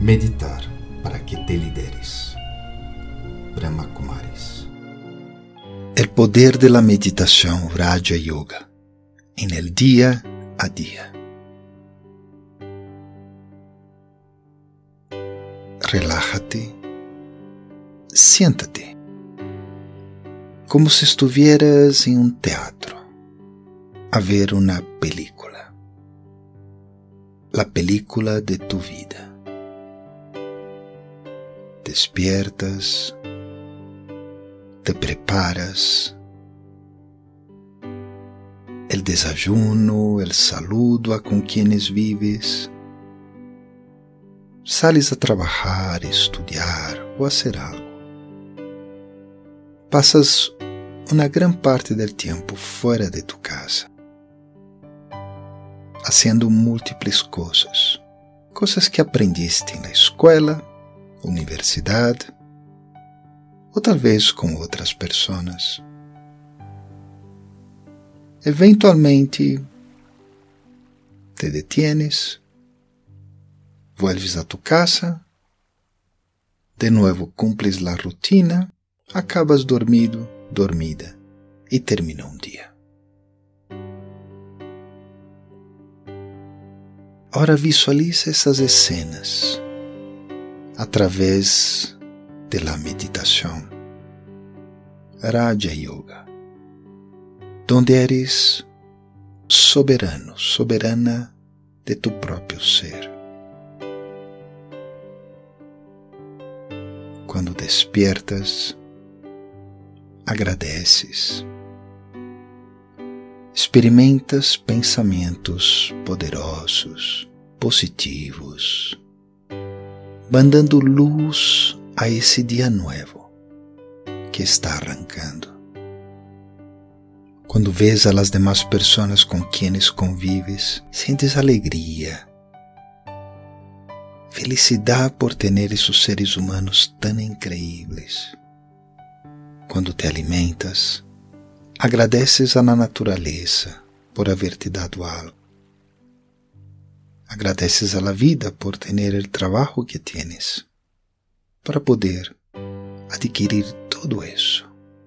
Meditar para que te lideres. Brahma Kumaris. El poder de la meditación Raja Yoga en el día a día. Relájate, siéntate, como si estuvieras en un teatro a ver una película, la película de tu vida. Despiertas, te preparas, el desayuno, el saludo a con quienes vives, sales a trabajar, estudiar o hacer algo. Pasas una gran parte del tiempo fuera de tu casa, haciendo múltiples cosas que aprendiste en la escuela, universidad o tal vez con otras personas. Eventualmente te detienes, vuelves a tu casa, de nuevo cumples la rutina, acabas dormido, dormida y termina un día. Ahora visualiza esas escenas a través de la meditación Raja Yoga, donde eres soberano, soberana de tu propio ser. Cuando despiertas, agradeces, experimentas pensamentos poderosos, positivos, mandando luz a ese día nuevo que está arrancando. Cuando ves a las demás personas con quienes convives, sientes alegría, felicidad por tener esos seres humanos tan increíbles. Cuando te alimentas, agradeces a la naturaleza por haberte dado algo. Agradeces a la vida por tener el trabajo que tienes para poder adquirir todo eso.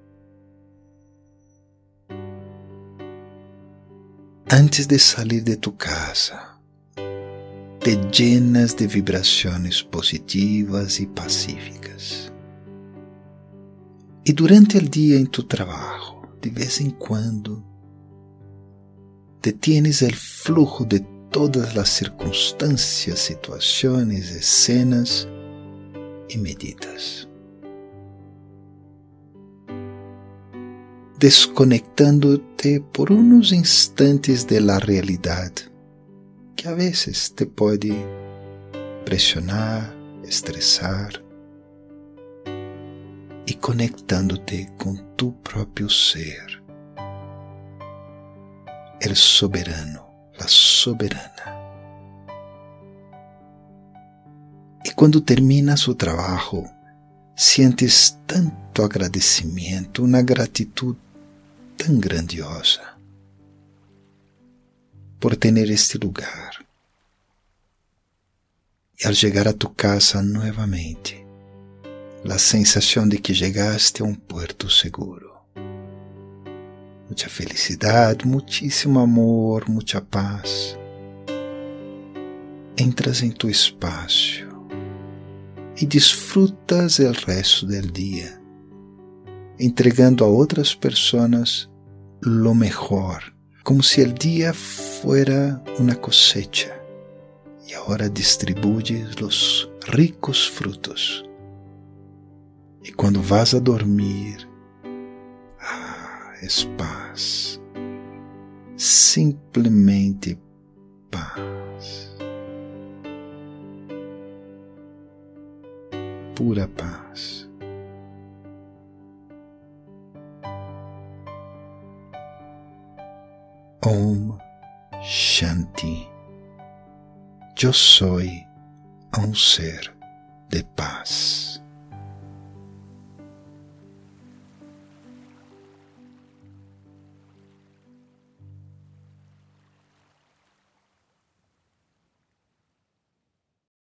Antes de salir de tu casa, te llenas de vibraciones positivas y pacíficas. Y durante el día en tu trabajo, de vez en cuando, detienes el flujo de todas las circunstancias, situaciones, escenas y meditas, desconectándote por unos instantes de la realidad que a veces te puede presionar, estresar, y conectándote con tu propio ser, el soberano, la soberana. Y cuando termina su trabajo, sientes tanto agradecimiento, una gratitud tan grandiosa por tener este lugar. Y al llegar a tu casa nuevamente, la sensación de que llegaste a un puerto seguro. Mucha felicidad, muchísimo amor, mucha paz. Entras en tu espacio y disfrutas el resto del día, entregando a otras personas lo mejor, como si el día fuera una cosecha y ahora distribuyes los ricos frutos. Y cuando vas a dormir, es paz, simplesmente paz, pura paz. Om Shanti. Yo soy un ser de paz.